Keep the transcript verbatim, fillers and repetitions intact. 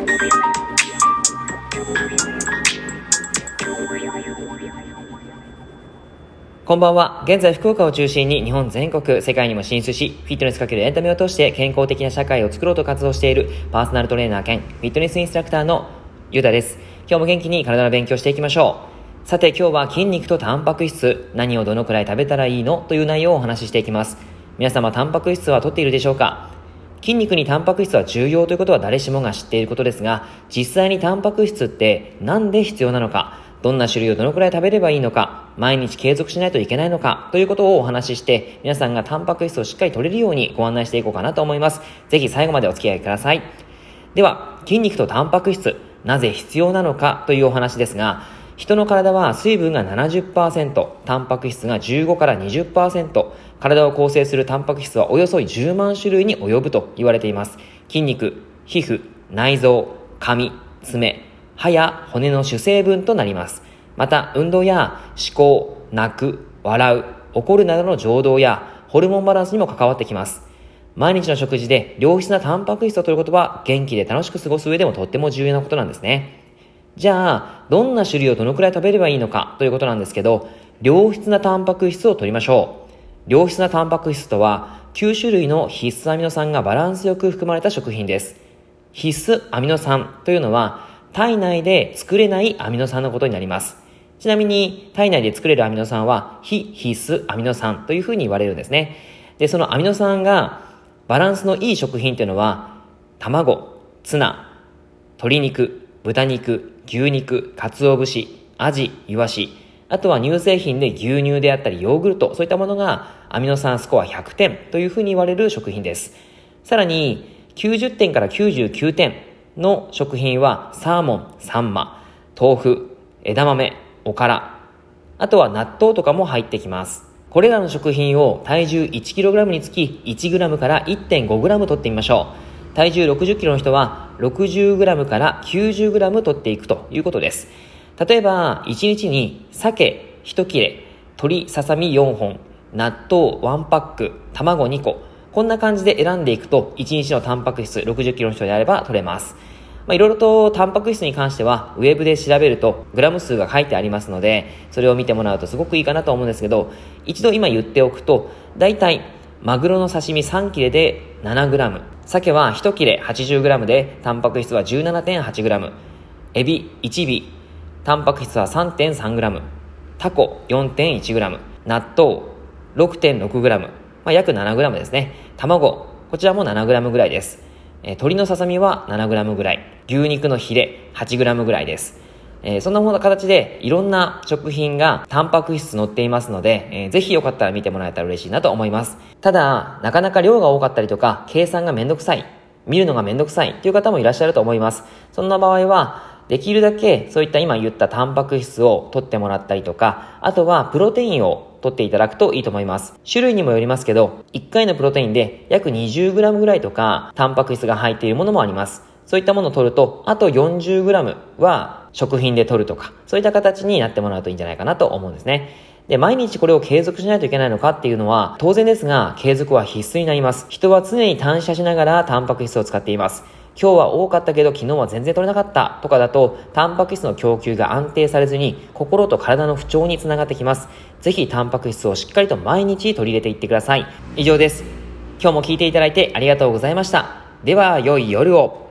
こんばんは。現在福岡を中心に日本全国、世界にも進出し、フィットネスかけるエンタメを通して健康的な社会を作ろうと活動しているパーソナルトレーナー兼フィットネスインストラクターのゆうたです。今日も元気に体の勉強していきましょう。さて今日は筋肉とタンパク質、何をどのくらい食べたらいいのという内容をお話ししていきます。皆様タンパク質は摂っているでしょうか？筋肉にタンパク質は重要ということは誰しもが知っていることですが、実際にタンパク質ってなんで必要なのか、どんな種類をどのくらい食べればいいのか、毎日継続しないといけないのかということをお話しして、皆さんがタンパク質をしっかり摂れるようにご案内していこうかなと思います。ぜひ最後までお付き合いください。では、筋肉とタンパク質、なぜ必要なのかというお話ですが、人の体は水分が ななじゅっパーセント、タンパク質がじゅうごからにじゅっパーセント、体を構成するタンパク質はおよそじゅうまん種類に及ぶと言われています。筋肉、皮膚、内臓、髪、爪、歯や骨の主成分となります。また運動や思考、泣く、笑う、怒るなどの情動やホルモンバランスにも関わってきます。毎日の食事で良質なタンパク質を摂ることは元気で楽しく過ごす上でもとっても重要なことなんですね。じゃあどんな種類をどのくらい食べればいいのかということなんですけど、良質なタンパク質を摂りましょう。良質なタンパク質とはきゅうしゅるいの必須アミノ酸がバランスよく含まれた食品です。必須アミノ酸というのは体内で作れないアミノ酸のことになります。ちなみに体内で作れるアミノ酸は非必須アミノ酸というふうに言われるんですね。で、そのアミノ酸がバランスのいい食品というのは卵、ツナ、鶏肉、豚肉、牛肉、鰹節、アジ、イワシ、あとは乳製品で牛乳であったりヨーグルト、そういったものがアミノ酸スコアひゃくてんというふうに言われる食品です。さらにきゅうじゅってんからきゅうじゅうきゅうてんの食品はサーモン、サンマ、豆腐、枝豆、おから、あとは納豆とかも入ってきます。これらの食品を体重 いちキログラム につき いちグラム から いってんごグラム 取ってみましょう。体重ろくじゅっキロの人は ろくじゅうグラム から きゅうじゅうグラム 取っていくということです。例えばいちにちに鮭いち切れ、鶏ささみよんほん、納豆いちパック、卵にこ、こんな感じで選んでいくといちにちのタンパク質ろくじゅっキロの人であれば取れます。まあ、いろいろとタンパク質に関してはウェブで調べるとグラム数が書いてありますので、それを見てもらうとすごくいいかなと思うんですけど、一度今言っておくと、だいたいマグロの刺身さん切れで ななグラム、鮭はいち切れ はちじゅうグラム でタンパク質は じゅうななてんはちグラム、エビいち尾タンパク質は さんてんさんグラム、タコ よんてんいちグラム、納豆 ろくてんろくグラム、まあ、約 ななグラム ですね。卵、こちらも ななグラム ぐらいです。えー、鶏のささみは ななグラム ぐらい、牛肉のヒレ はちグラム ぐらいです。えー、そんなふうな形でいろんな食品がタンパク質載っていますので、えー、ぜひよかったら見てもらえたら嬉しいなと思います。ただなかなか量が多かったりとか計算がめんどくさい、見るのがめんどくさいという方もいらっしゃると思います。そんな場合はできるだけそういった今言ったタンパク質を取ってもらったりとか、あとはプロテインを取っていただくといいと思います。種類にもよりますけど、いっかいのプロテインで約 にじゅうグラム ぐらいとかタンパク質が入っているものもあります。そういったものを取ると、あと よんじゅうグラム は食品で取るとか、そういった形になってもらうといいんじゃないかなと思うんですね。で、毎日これを継続しないといけないのかっていうのは当然ですが、継続は必須になります。人は常に代謝しながらタンパク質を使っています。今日は多かったけど昨日は全然取れなかったとかだと、タンパク質の供給が安定されずに心と体の不調につながってきます。ぜひタンパク質をしっかりと毎日取り入れていってください。以上です。今日も聞いていただいてありがとうございました。では良い夜を。